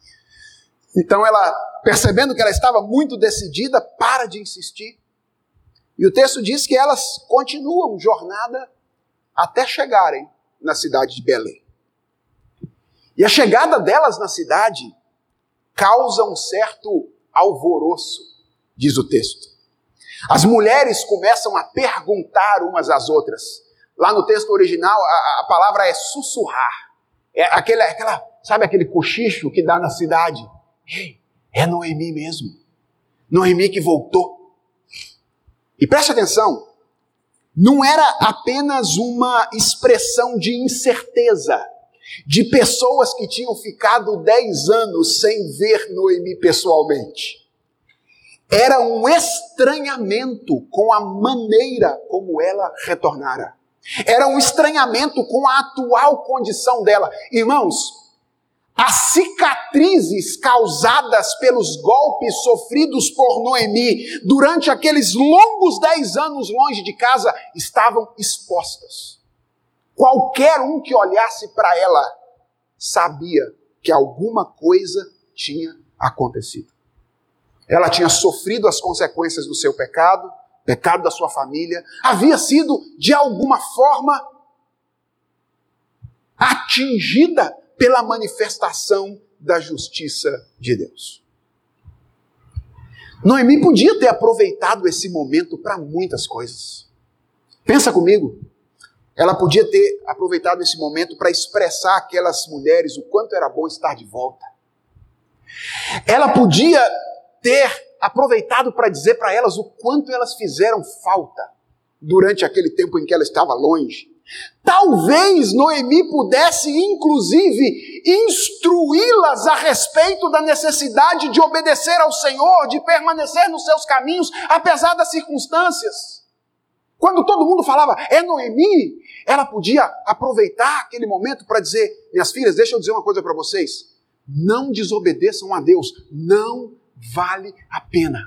Então ela, percebendo que ela estava muito decidida, para de insistir. E o texto diz que elas continuam jornada até chegarem na cidade de Belém. E a chegada delas na cidade causa um certo alvoroço, diz o texto. As mulheres começam a perguntar umas às outras. Lá no texto original, a, a palavra é sussurrar. É aquele, aquela, sabe aquele cochicho que dá na cidade? Ei, é Noemi mesmo. Noemi que voltou. E preste atenção, não era apenas uma expressão de incerteza, de pessoas que tinham ficado dez anos sem ver Noemi pessoalmente. Era um estranhamento com a maneira como ela retornara. Era um estranhamento com a atual condição dela. Irmãos, as cicatrizes causadas pelos golpes sofridos por Noemi durante aqueles longos dez anos longe de casa estavam expostas. Qualquer um que olhasse para ela sabia que alguma coisa tinha acontecido. Ela tinha sofrido as consequências do seu pecado, pecado da sua família, havia sido, de alguma forma, atingida pela manifestação da justiça de Deus. Noemi podia ter aproveitado esse momento para muitas coisas. Pensa comigo. Ela podia ter aproveitado esse momento para expressar àquelas mulheres o quanto era bom estar de volta. Ela podia ter aproveitado para dizer para elas o quanto elas fizeram falta durante aquele tempo em que ela estava longe. Talvez Noemi pudesse, inclusive, instruí-las a respeito da necessidade de obedecer ao Senhor, de permanecer nos seus caminhos, apesar das circunstâncias. Quando todo mundo falava, é Noemi, ela podia aproveitar aquele momento para dizer, minhas filhas, deixa eu dizer uma coisa para vocês, não desobedeçam a Deus, não vale a pena.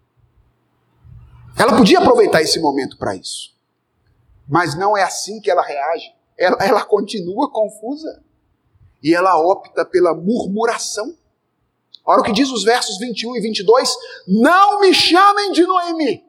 Ela podia aproveitar esse momento para isso. Mas não é assim que ela reage. Ela, ela continua confusa. E ela opta pela murmuração. Olha o que diz os versos vinte e um e vinte e dois. Não me chamem de Noemi.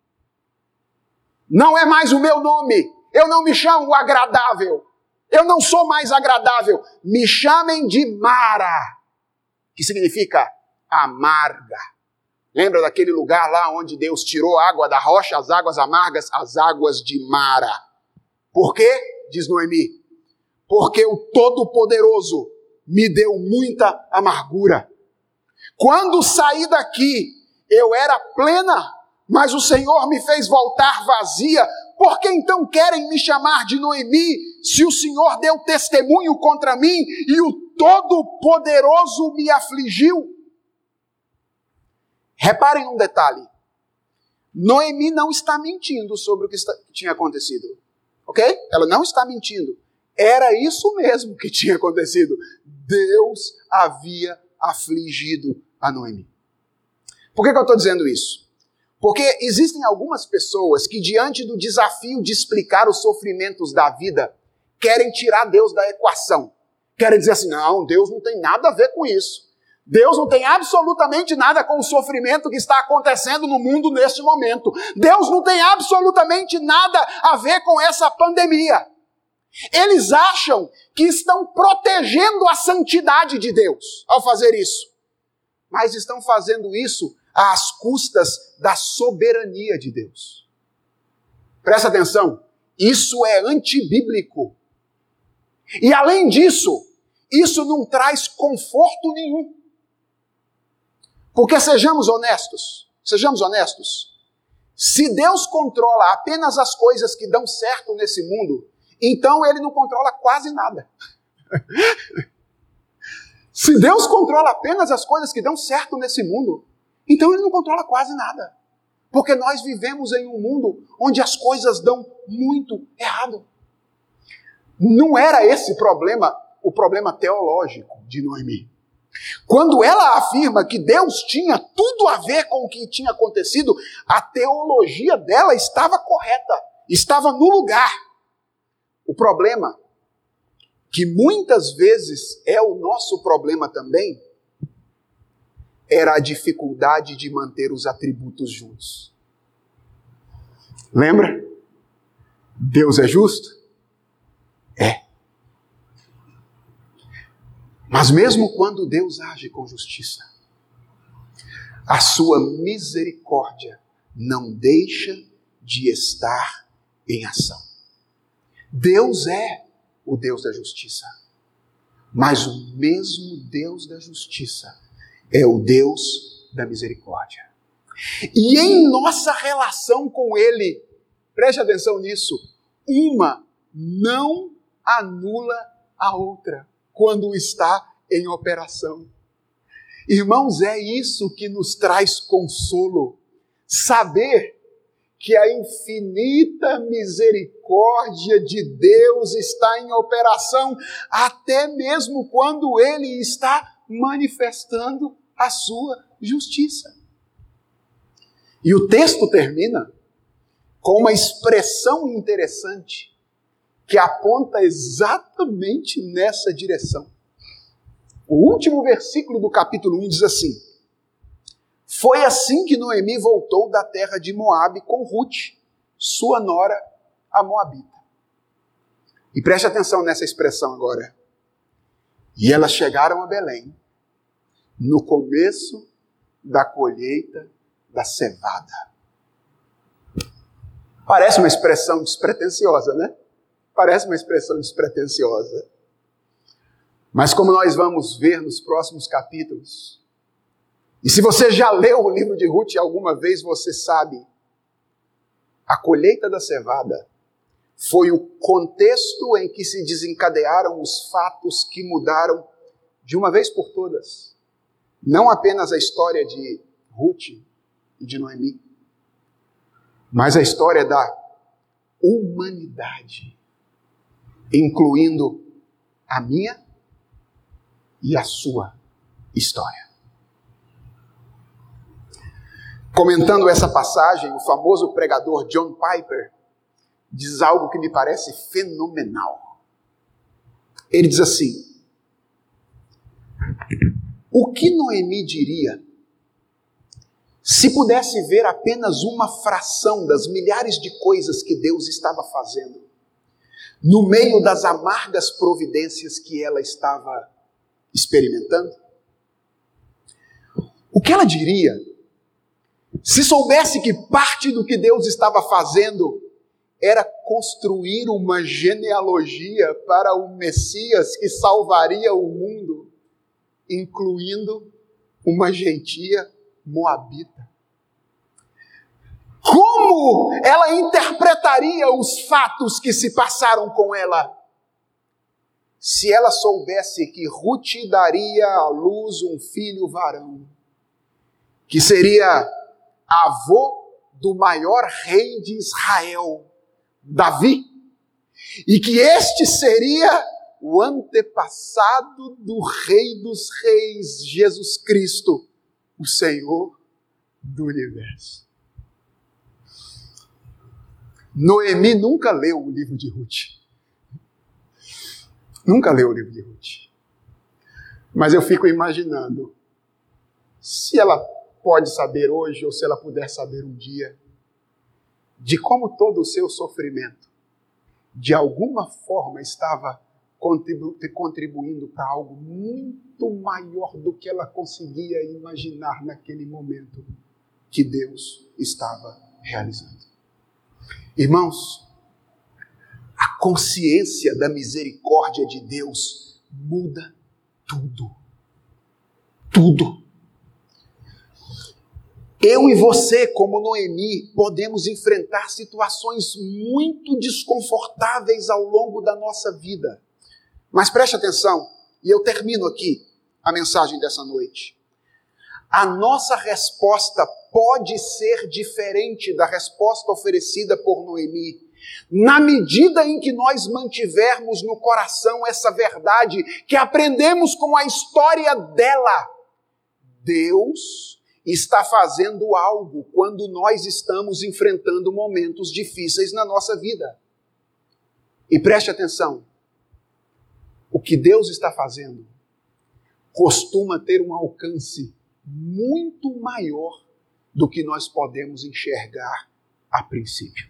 Não é mais o meu nome. Eu não me chamo agradável. Eu não sou mais agradável. Me chamem de Mara. Que significa amarga. Lembra daquele lugar lá onde Deus tirou a água da rocha, as águas amargas, as águas de Mara. Por quê? Diz Noemi. Porque o Todo-Poderoso me deu muita amargura. Quando saí daqui, eu era plena, mas o Senhor me fez voltar vazia. Por que então querem me chamar de Noemi, se o Senhor deu testemunho contra mim e o Todo-Poderoso me afligiu? Reparem um detalhe. Noemi não está mentindo sobre o que, está, que tinha acontecido. Ok? Ela não está mentindo. Era isso mesmo que tinha acontecido. Deus havia afligido a Noemi. Por que, que eu estou dizendo isso? Porque existem algumas pessoas que, diante do desafio de explicar os sofrimentos da vida, querem tirar Deus da equação. Querem dizer assim, não, Deus não tem nada a ver com isso. Deus não tem absolutamente nada com o sofrimento que está acontecendo no mundo neste momento. Deus não tem absolutamente nada a ver com essa pandemia. Eles acham que estão protegendo a santidade de Deus ao fazer isso. Mas estão fazendo isso às custas da soberania de Deus. Presta atenção, isso é antibíblico. E além disso, isso não traz conforto nenhum. Porque sejamos honestos, sejamos honestos, se Deus controla apenas as coisas que dão certo nesse mundo, então Ele não controla quase nada. Se Deus controla apenas as coisas que dão certo nesse mundo, então Ele não controla quase nada. Porque nós vivemos em um mundo onde as coisas dão muito errado. Não era esse problema, o problema teológico de Noemi. Quando ela afirma que Deus tinha tudo a ver com o que tinha acontecido, a teologia dela estava correta, estava no lugar. O problema, que muitas vezes é o nosso problema também, era a dificuldade de manter os atributos juntos. Lembra? Deus é justo? É. Mas mesmo quando Deus age com justiça, a sua misericórdia não deixa de estar em ação. Deus é o Deus da justiça, mas o mesmo Deus da justiça é o Deus da misericórdia. E em nossa relação com Ele, preste atenção nisso, uma não anula a outra quando está em operação. Irmãos, é isso que nos traz consolo, saber que a infinita misericórdia de Deus está em operação, até mesmo quando Ele está manifestando a sua justiça. E o texto termina com uma expressão interessante que aponta exatamente nessa direção. O último versículo do capítulo um diz assim: foi assim que Noemi voltou da terra de Moabe com Ruth, sua nora, a Moabita. E preste atenção nessa expressão agora. E elas chegaram a Belém, no começo da colheita da cevada. Parece uma expressão despretensiosa, né? Parece uma expressão despretensiosa. Mas como nós vamos ver nos próximos capítulos, e se você já leu o livro de Ruth alguma vez, você sabe, a colheita da cevada foi o contexto em que se desencadearam os fatos que mudaram de uma vez por todas, não apenas a história de Ruth e de Noemi, mas a história da humanidade, incluindo a minha e a sua história. Comentando essa passagem, o famoso pregador John Piper diz algo que me parece fenomenal. Ele diz assim: o que Noemi diria se pudesse ver apenas uma fração das milhares de coisas que Deus estava fazendo no meio das amargas providências que ela estava experimentando? O que ela diria se soubesse que parte do que Deus estava fazendo era construir uma genealogia para o Messias que salvaria o mundo, incluindo uma gentia moabita? Como ela interpretaria os fatos que se passaram com ela? se ela soubesse que Ruth daria à luz um filho varão, que seria avô do maior rei de Israel, Davi, e que este seria o antepassado do Rei dos Reis, Jesus Cristo, o Senhor do Universo. Noemi nunca leu o livro de Ruth. Nunca leu o livro de Ruth. Mas eu fico imaginando, se ela pode saber hoje, ou se ela puder saber um dia, de como todo o seu sofrimento, de alguma forma, estava contribu- contribuindo para algo muito maior do que ela conseguia imaginar naquele momento que Deus estava realizando. Irmãos, a consciência da misericórdia de Deus muda tudo. Tudo. Eu e você, como Noemi, podemos enfrentar situações muito desconfortáveis ao longo da nossa vida. Mas preste atenção, e eu termino aqui a mensagem dessa noite. A nossa resposta pode ser diferente da resposta oferecida por Noemi, na medida em que nós mantivermos no coração essa verdade que aprendemos com a história dela. Deus está fazendo algo quando nós estamos enfrentando momentos difíceis na nossa vida. E preste atenção, o que Deus está fazendo costuma ter um alcance muito maior do que nós podemos enxergar a princípio.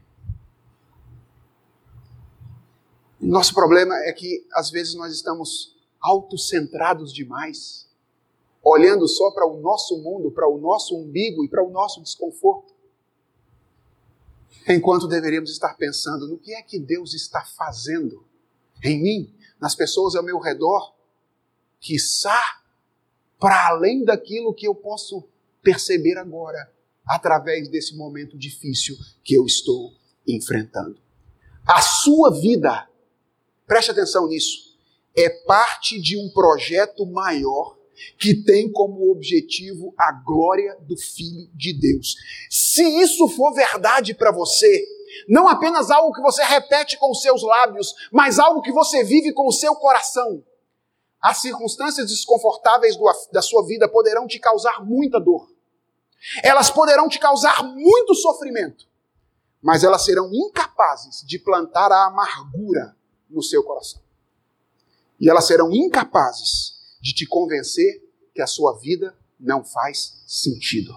Nosso problema é que, às vezes, nós estamos autocentrados demais, olhando só para o nosso mundo, para o nosso umbigo e para o nosso desconforto, enquanto deveríamos estar pensando no que é que Deus está fazendo em mim, nas pessoas ao meu redor, quiçá para além daquilo que eu posso perceber agora, através desse momento difícil que eu estou enfrentando. A sua vida, preste atenção nisso, é parte de um projeto maior que tem como objetivo a glória do Filho de Deus. Se isso for verdade para você, não apenas algo que você repete com os seus lábios, mas algo que você vive com o seu coração, as circunstâncias desconfortáveis do, da sua vida poderão te causar muita dor. Elas poderão te causar muito sofrimento, mas elas serão incapazes de plantar a amargura no seu coração. E elas serão incapazes de te convencer que a sua vida não faz sentido.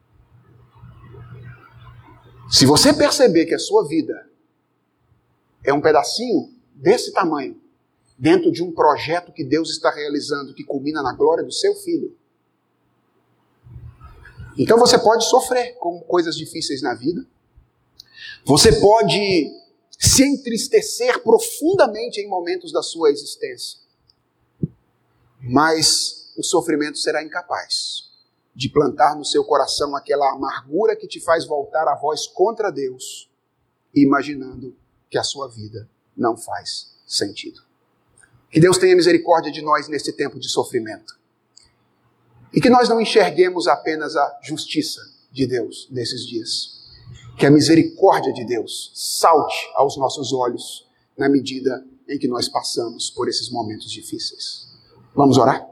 Se você perceber que a sua vida é um pedacinho desse tamanho, dentro de um projeto que Deus está realizando, que culmina na glória do seu Filho, então você pode sofrer com coisas difíceis na vida, você pode se entristecer profundamente em momentos da sua existência, mas o sofrimento será incapaz de plantar no seu coração aquela amargura que te faz voltar a voz contra Deus, imaginando que a sua vida não faz sentido. Que Deus tenha misericórdia de nós nesse tempo de sofrimento. E que nós não enxerguemos apenas a justiça de Deus nesses dias. Que a misericórdia de Deus salte aos nossos olhos na medida em que nós passamos por esses momentos difíceis. Vamos orar?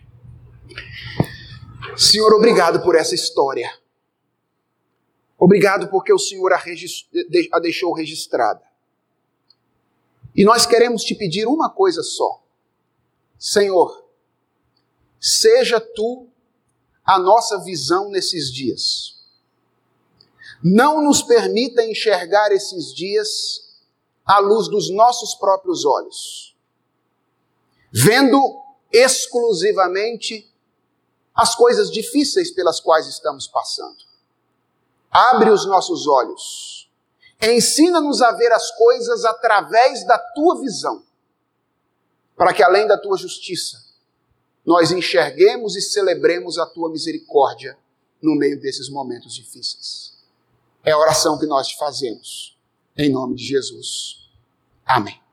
Senhor, obrigado por essa história. Obrigado porque o Senhor a, regist... a deixou registrada. E nós queremos te pedir uma coisa só. Senhor, seja Tu a nossa visão nesses dias. Não nos permita enxergar esses dias à luz dos nossos próprios olhos, vendo exclusivamente as coisas difíceis pelas quais estamos passando. Abre os nossos olhos. Ensina-nos a ver as coisas através da Tua visão, para que além da Tua justiça, nós enxerguemos e celebremos a Tua misericórdia no meio desses momentos difíceis. É a oração que nós te fazemos, em nome de Jesus. Amém.